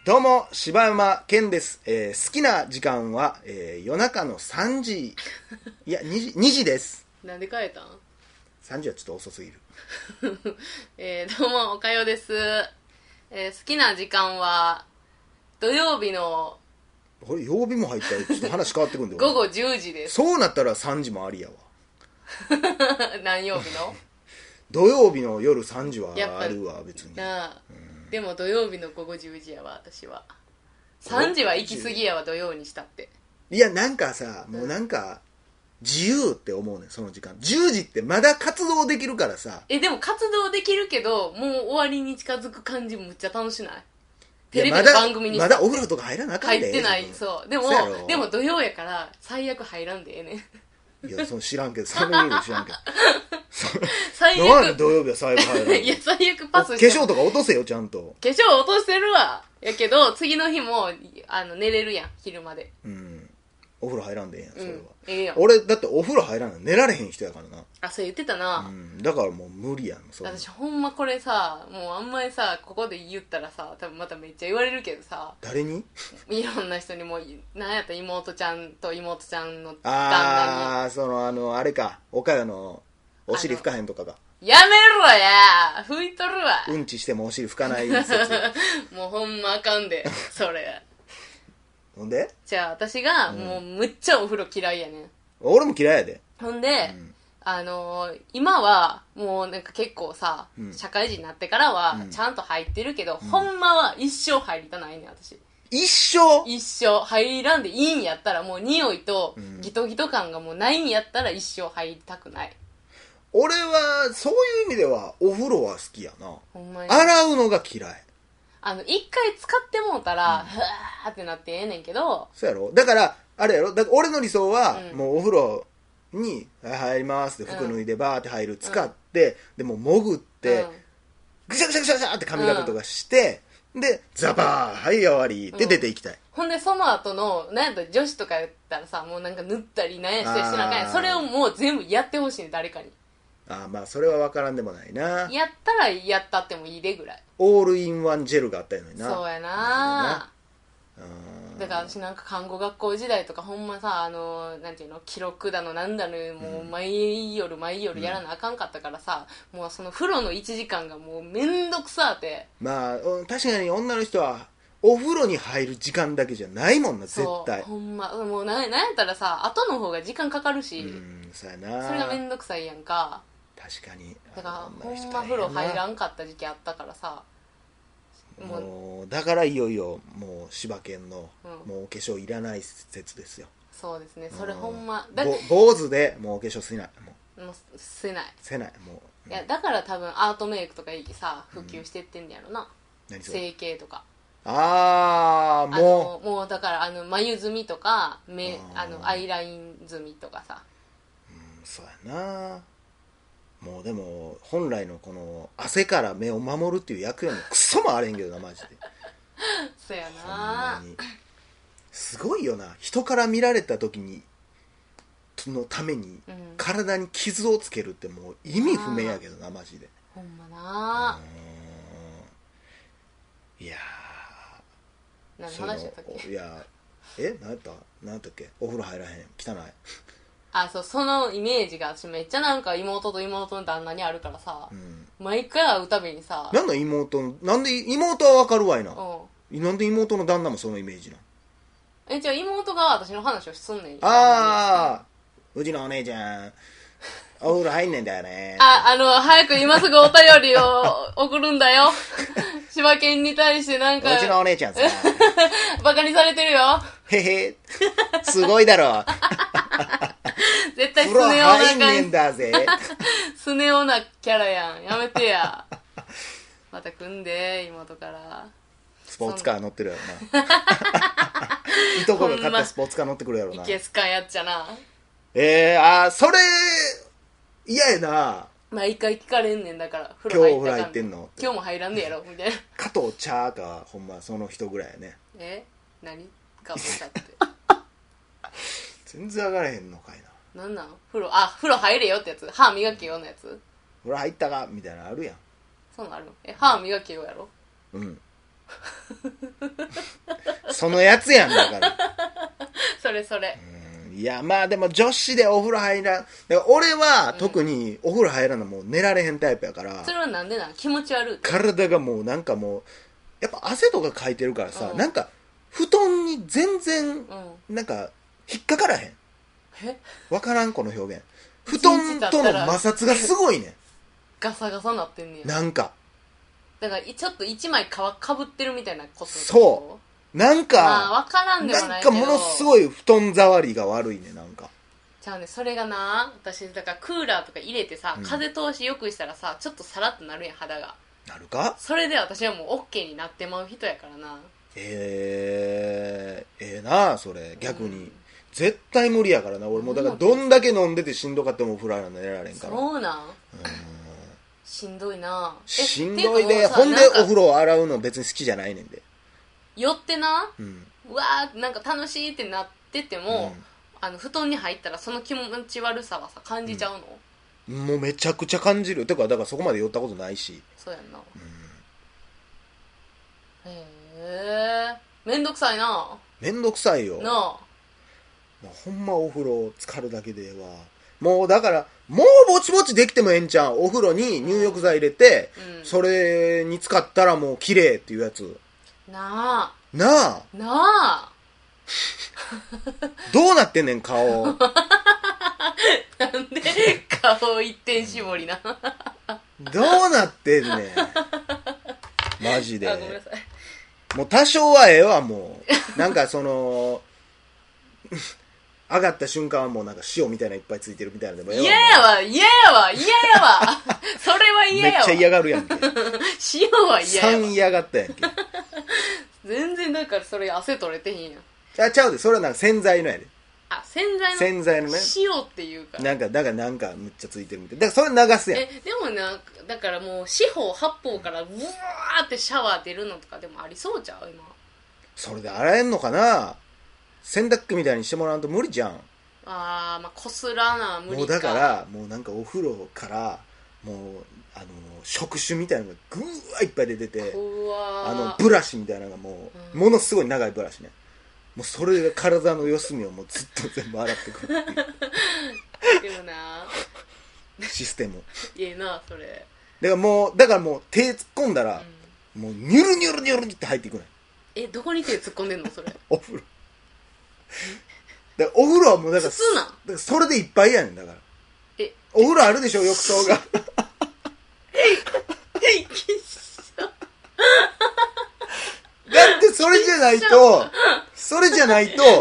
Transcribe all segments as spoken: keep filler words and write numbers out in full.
どうも柴山健です、えー、好きな時間は、えー、夜中のさんじいやにじ、にじです。 なんで変えたん？ さんじはちょっと遅すぎるえー、どうもおかよです、えー、好きな時間は土曜日のこれ曜日も入ったらちょっと話変わってくるんで午後じゅうじです。 そうなったらさんじもありやわ何曜日の土曜日の夜さんじはあるわ別になあ、うん、でも土曜日の午後じゅうじやわ私は。さんじは行き過ぎやわ土曜にしたって。 いやなんかさもうなんか自由って思うねんその時間。じゅうじってまだ活動できるからさ。 えでも活動できるけどもう終わりに近づく感じむっちゃ楽しない？テレビの番組にまだまだお風呂とか入らなあかんで。 入ってない。そうでもでも土曜やから最悪入らんでええねん。 いやその知らんけどその意味知らんけど最悪土曜日は最悪入らんいや最悪パスして化粧とか落とせよちゃんと。 化粧落としてるわ。やけど次の日もあの寝れるやん昼まで。 うんお風呂入らんでええやんそれは、うん、 ええやん。 俺だってお風呂入らんの寝られへん人やからな。 あそう言ってたな、 うん、だからもう無理やん。 そ私ほんまこれさもうあんまりさここで言ったらさ多分まためっちゃ言われるけどさ。 誰に？ いろんな人にもなんやったら妹ちゃんと妹ちゃんの旦那に。 ああそのあのあれか岡谷のお尻拭かへんとかがやめろや拭いとるわ。 うんちしてもお尻拭かない説もうほんまあかんでそれほんでじゃあ私がもうむっちゃお風呂嫌いやねん、うん、 俺も嫌いやで。 ほんで、うん、あのー、今はもうなんか結構さ、うん、社会人になってからはちゃんと入ってるけど、うん、ほんまは一生入りたないねん私。 一生一生入らんでいいんやったらもう匂いとギトギト感がもうないんやったら一生入りたくない。 俺はそういう意味ではお風呂は好きやな。 ほんまに洗うのが嫌い。 あの一回使ってもうたら、うん、ふわーってなってええねんけど。 そうやろ。だからあれやろ。だから俺の理想は、うん、もうお風呂に入りますって服脱いでバーって入る、うん、使って、でも潜って、うん、ぐしゃぐしゃぐしゃぐしゃって髪型とかして、うん、でザバーはい終わりって出ていきたい、うん、 ほんでその後のなんやったら女子とかやったらさもうなんか塗ったりなんやしたりしなあかんやん。それをもう全部やってほしいね誰かに。ああまあそれは分からんでもないな。 やったらやったってもいいでぐらい。 オールインワンジェルがあったのにな。 そうやな。だから私なんか看護学校時代とかほんまさあのなんていうの記録だのなんだのもう毎夜毎夜やらなあかんかったからさ、うん、もうその風呂のいちじかんがもうめんどくさって。 まあ確かに女の人はお風呂に入る時間だけじゃないもんな絶対。 そうほんまもうななんやったらさ後の方が時間かかるし、 うん、そうやな。 それがめんどくさいやんか。 確かに。 だからほんま風呂入らんかった時期あったからさ。 もうもうだからいよいよもう柴犬の、うん、もうお化粧いらない説ですよ。 そうですねそれほんまだ坊主でもうお化粧せないもうもうせないせないもう、 うん、いやだから多分アートメイクとかいいさ普及してってんだやろな、うん、 何それ整形とか。 ああもうもうだからあの眉墨とか目あのアイライン墨とかさ、 うん、そうやな。もうでも本来のこの汗から目を守るっていう役やのクソもあれへんけどなマジでそうやな。 すごいよな。人から見られた時にのために体に傷をつけるってもう意味不明やけどなマジで。 ほんまな。 いやー何の話やったっけ。 いやえ何やった何やったっけ。お風呂入らへん汚いあそうそのイメージが私めっちゃなんか妹と妹の旦那にあるからさ、うん、毎回会うたびにさなんだ妹のなんで妹はわかるわいな、うん、なんで妹の旦那もそのイメージな。 えじゃあ妹が私の話をすんねん。 ああうちのお姉ちゃんお風呂入んねんだよねああの早く今すぐお便りを送るんだよ柴犬に対してなんかうちのお姉ちゃんさバカにされてるよへへすごいだろ絶対スネ夫な入んねんだぜスネ夫なキャラやんやめてやまた組んで妹からスポーツカー乗ってるやろないとこが買ったスポーツカー乗ってくるやろな。 いけすかんやっちゃな。 えー、あーそれ嫌やな。 毎回聞かれんねんだから風呂入ったかん今日入ってんの今日も入らんねやろみたいな。 加藤茶かほんまその人ぐらいやね。 え何かもさって全然上がれへんのかいな。なんなん風呂あ風呂入れよってやつ歯磨けよのやつ風呂入ったかみたいなのあるやん。 そうなのあるえ歯磨けよやろ。 うんそのやつやんだからそれそれ。 いやまあでも女子でお風呂入らん、だから俺は特にお風呂入らんのもう寝られへんタイプやから、 それはなんでなん？気持ち悪い。 体がもうなんかもうやっぱ汗とかかいてるからさ、 うん、 なんか布団に全然、うん、なんか引っかからへん。 え？ わからんこの表現。布団との摩擦がすごいね。 ガサガサなってんねや。 なんかだからちょっと一枚皮かぶってるみたいなこと。 そうなんか、 まあ、わからんでもないけど、 なんかものすごい布団触りが悪いね。なんかじゃあね、それがな、私だからクーラーとか入れてさ、うん、風通しよくしたらさ、ちょっとサラッとなるやん、肌が。 なるか？ それで私はもう OK になってまう人やからな。 えー、ええー、なあそれ逆に、うん、絶対無理やからな。俺もだからどんだけ飲んでてしんどかってもお風呂入ら寝られんから。 そうなん？ うん、 しんどいな。 しんどいで、ほんでお風呂洗うの別に好きじゃないねんで。 寄ってな、 うん、 うわーなんか楽しいってなってても、うん、あの布団に入ったらその気持ち悪さはさ感じちゃうの？ うん、もうめちゃくちゃ感じる。てかだからそこまで寄ったことないし。 そうやんな。うん、へえめんどくさいな。 めんどくさいよなあ。 もうほんまお風呂浸かるだけではもうだからもうぼちぼちできてもええんちゃう。お風呂に入浴剤入れて、うん、それに浸かったらもう綺麗っていうやつ。 なあなあなあどうなってんねん顔なんで顔一点絞りなどうなってんねんマジで。 あごめんなさい。 もう多少はええわ。もうなんかその上がった瞬間はもうなんか塩みたいなのいっぱいついてるみたいなのでも嫌やわ嫌やわ嫌やわそれは嫌やわ。 めっちゃ嫌がるやんけ塩は嫌やわ。 さん嫌がったやんけ全然だからそれ汗取れてへんやん。 あちゃうで、それはなんか洗剤のやで。 あ洗剤の洗剤のね塩っていうかなんかだからなんかむっちゃついてるみたい。だからそれ流すやん。 えでもなだからもう四方八方からブワーってシャワー出るのとかでもありそうちゃう今。 それで洗えんのかな。洗濯機みたいにしてもらわんと無理じゃん。 あーまあこすらな無理か。 もうだからもうなんかお風呂からもうあの触手みたいなのがぐーわいっぱい出てて、あのブラシみたいなのがもう、うん、ものすごい長いブラシね。もうそれが体の四隅をもうずっと全部洗ってくるっていうでもなシステムいいなそれ。 だからもうだからもう手突っ込んだら、うん、もうニュルニュルニュルって入っていくね。 えどこに手突っ込んでんのそれお風呂だからお風呂はもうだから筒なんだからそれでいっぱいやねん。だからえお風呂あるでしょ浴槽がだってそれじゃないとそれじゃないと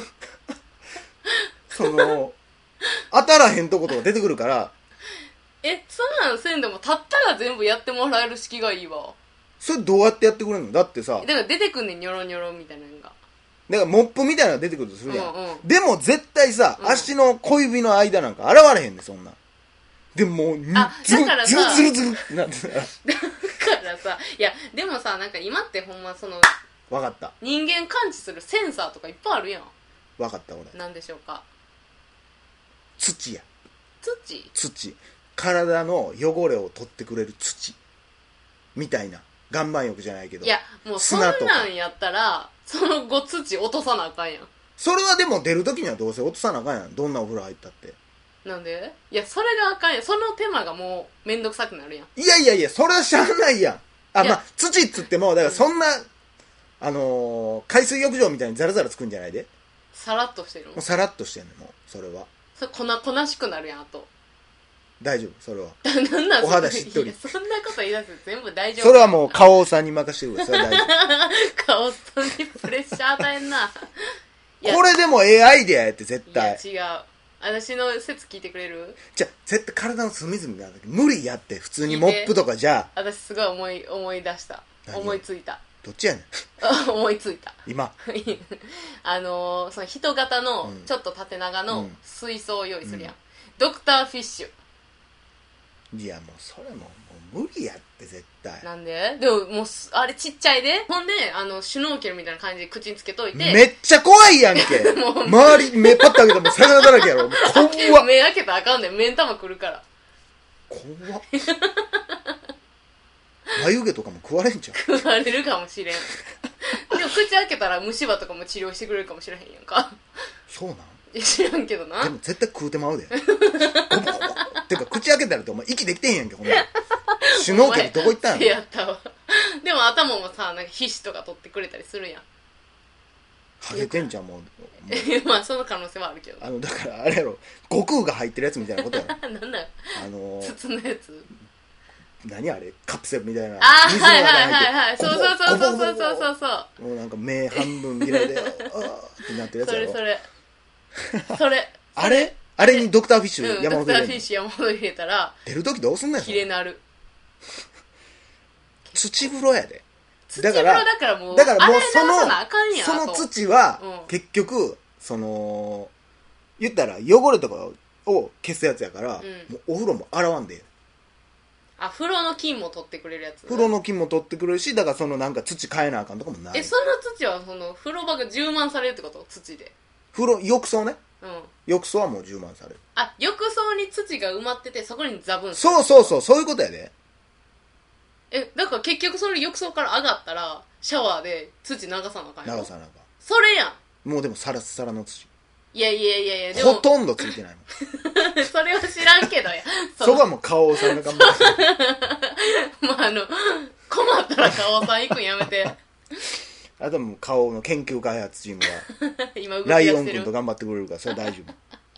その当たらへんとことが出てくるから。 えそんなんせんでも立ったら全部やってもらえる式がいいわ。 それどうやってやってくれるの？だってさだから出てくんねんニョロニョロみたいなのが。 だからモップみたいなのが出てくるとするやん、 うんうん、 でも絶対さ、うん、足の小指の間なんか現れへんねんそんな。でももうあだからさズルズルズルズルなってたらだからさいやでもさなんか今ってほんまその分かった人間感知するセンサーとかいっぱいあるやん。 分かった俺。 なんでしょうか。 土や。 土土体の汚れを取ってくれる土みたいな岩盤浴じゃないけど。 いやもうそんなんやったらその後土落とさなあかんやん。 それはでも出るときにはどうせ落とさなあかんやん。どんなお風呂入ったって。 なんで？いやそれがあかんやん。その手間がもうめんどくさくなるやん。 いやいやいやそれはしゃあないやん。あまあ土っつってもだからそんな、うん、あのー、海水浴場みたいにザラザラつくんじゃないで。 さらっとしてるの？ もうさらっとしてんのもうそれは。 それ粉粉しくなるやんあと。 大丈夫それは。 なんなんお肌しっとり。 そんなこと言い出す全部大丈夫。 それはもう花王さんに任せてください。それは大丈夫。花王さんにプレッシャー与えんな。 これでもええアイデアやって絶対。 いや違う。私の説聞いてくれる？ じゃあ絶対体の隅々が無理やって普通にモップとかじゃあ。 私すごい思い思い出した。思いついた。 どっちやねん思いついた今あのー、その人型のちょっと縦長の水槽を用意するやん、うん、ドクターフィッシュ。いやもうそれももう無理やって絶対。 なんで？でももうあれちっちゃいで。ほんであのシュノーケルみたいな感じで口につけといて。 めっちゃ怖いやんけ周り目パッと開けたらもう魚だらけやろ。怖っ目開けたらあかんねん。目ん玉くるから怖っ眉毛とかも食われんじゃん。 食われるかもしれん。でも口開けたら虫歯とかも治療してくれるかもしれへんやんか。 そうなん知らんけどな。 でも絶対食うてまうで。ゴボゴボてか口開けたらってお前息できてへんやんけ、ほんま。シュノーケルどこ行ったんやったわ。でも頭もさ、なんか皮脂とか取ってくれたりするやん。 ハゲてんじゃん、もう。もうまあその可能性はあるけど。 あの、だからあれやろ、悟空が入ってるやつみたいなことやろ。 なんだよ。 あのー、 筒のやつ。 何あれカプセルみたいな。 ああ、はいはいはいはい。そうそうそうそうそうゴボゴボゴボそうそう。 もうなんか目半分開いて、あーってなってるやつそやろ。 れそれ。それ。 あれあれにドクターフィッシュうん、ドクター山本入れんのフィッシュ山本入れたら、 出るときどうすんねん、それ綺麗なる。 土風呂やで。 土風呂だからもう、 だからもうそあれ流さなのあかんやんそのあと土はうん結局その言ったら汚れとかを消すやつやから、 うんもうお風呂も洗わんでええ。 あ、風呂の菌も取ってくれるやつ。 風呂の菌も取ってくれるし、だからそのなんか土変えなあかんとかもない。 え、その土はその風呂場が充満されるってこと？土で。 風呂浴槽ね、 うん。 浴槽はもう充満される。 あ、浴槽に土が埋まってて、そこにザブン。 そうそうそう、そういうことやで。 え、だから結局それ浴槽から上がったら、シャワーで土流さなあかんやろ。 長さなんかそれやん。 もうでもサラッサラの土いやいやいやいや、でも。 ほとんどついてないもん。 それは知らんけどや。 そこはもう顔をさなあかんもん。 まああの、困ったら顔さん行くんやめて。 あとはもう顔の研究開発チームが今動きライオン出してる。 君と頑張ってくれるからそれ大丈夫。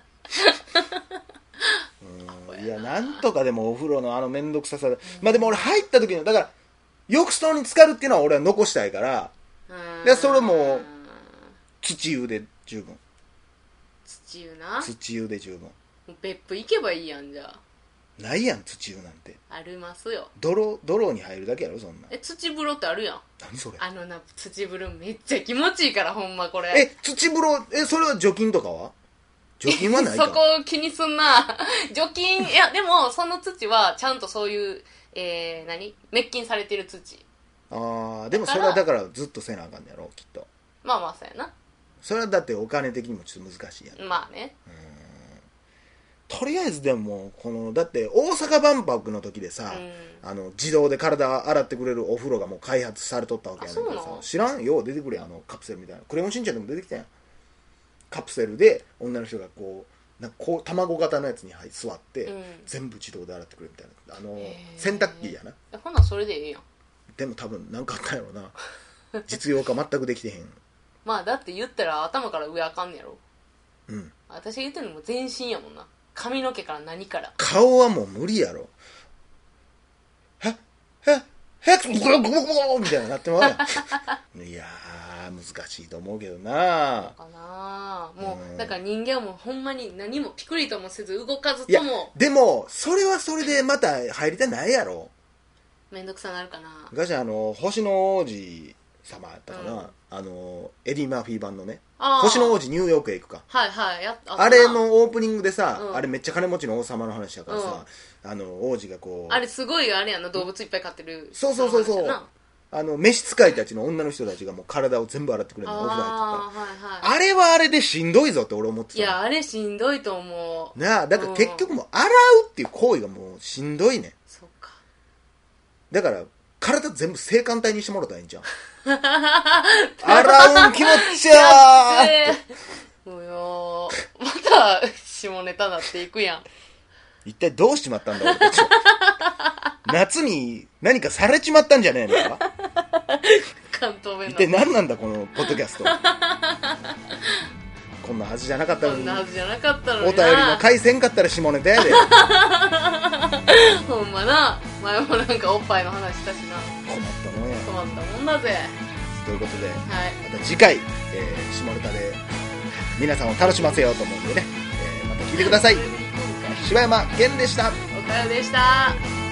うん、いやなんとかでもお風呂のあの面倒くささ、うん、まあでも俺入った時のだから浴槽に浸かるっていうのは俺は残したいから、でそれも土湯で十分。 土湯な。 土湯で十分。 もう別府行けばいいやん。じゃあないやん土湯なんて。 ありますよ。 泥泥に入るだけやろそんな。 え、土風呂ってあるやん。 何それ。 あのな、土風呂めっちゃ気持ちいいからほんまこれ。 え、土風呂、え、それは除菌とかは除菌はないか。 そこ気にすんな。除菌、いやでもその土はちゃんとそういう、えー、何滅菌されてる土。 ああ、でもそれはだからずっとせなあかんねやろきっと。 まあまあそうやな。 それはだってお金的にもちょっと難しいやん。 まあね。 とりあえずでもこのだって大阪万博の時でさ、うん、あの自動で体洗ってくれるお風呂がもう開発されとったわけやねんけどさ、知らんよう出てくるやん、あのカプセルみたいな。クレヨンしんちゃんでも出てきたやん。カプセルで女の人がこうなんかこう卵型のやつに座って、うん、全部自動で洗ってくれるみたいな、あの洗濯機やな。 ほなそれでええやん。 でも多分何かあったんやろな。実用化全くできてへん。 まあだって言ったら頭から上あかんねやろ。 うん、 私が言ってるのも全身やもんな。髪の毛から何から。 顔はもう無理やろ。はっはっはっゴロゴロゴロみたいななってまうやん。いやー難しいと思うけどな。 そうかな。もう、うん、だから人間はもうほんまに何もピクリともせず動かずとも。いやでもそれはそれでまた入りたないやろ。 めんどくさなるかな。 昔あの星の王子様やったかな、うん、あのエディ・マーフィー版のね、星の王子ニューヨークへ行くか、 はいはい、やっあ, あれのオープニングでさ、うん、あれめっちゃ金持ちの王様の話だからさ、うん、あの王子がこうあれすごいあれやな、動物いっぱい飼ってる、 そうそうそうそう、あの召使いたちの女の人たちがもう体を全部洗ってくれるの、お風呂入ってたら、はいはい、あれはあれでしんどいぞって俺思ってた。 いやあれしんどいと思うなあ。だから結局もう洗うっていう行為がもうしんどいねん。 そうか。だから体全部性感帯にしてもらったらいいんじゃん。洗うん気持ちゃーもうよー、また下ネタなっていくやん。 一体どうしちまったんだ俺たちは。夏に何かされちまったんじゃねえのか。 関東弁の一体何なんだこのポッドキャスト。こんなはずじゃなかったのに。 こんなはずじゃなかったのにな。 お便りの回せんかったら下ネタやで。 ほんまな。前もなんかおっぱいの話したしな。 困ったもんや。 困ったもんだぜ。 ということで、 はい、 また次回、えー、下ネタで皆さんを楽しませようと思うんでね、えー、また聞いてください。柴山健でした。 おかよでした。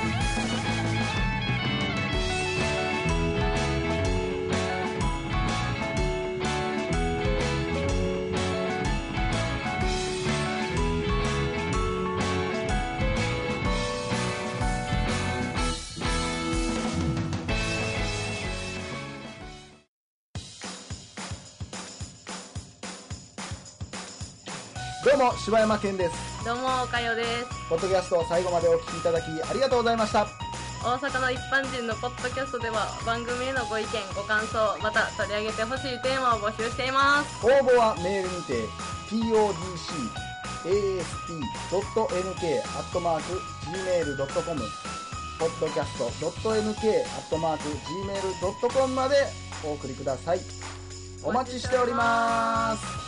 どうも柴山健です。 どうもおかよです。 ポッドキャストを最後までお聞きいただきありがとうございました。 大阪の一般人のポッドキャストでは番組へのご意見ご感想また取り上げてほしいテーマを募集しています。 応募はメールにて ポッドキャスト ドット エヌケー アットマーク ジーメール ドットコム ポッドキャスト ドット エヌケー アットマーク ジーメール ドットコム までお送りください。お待ちしております。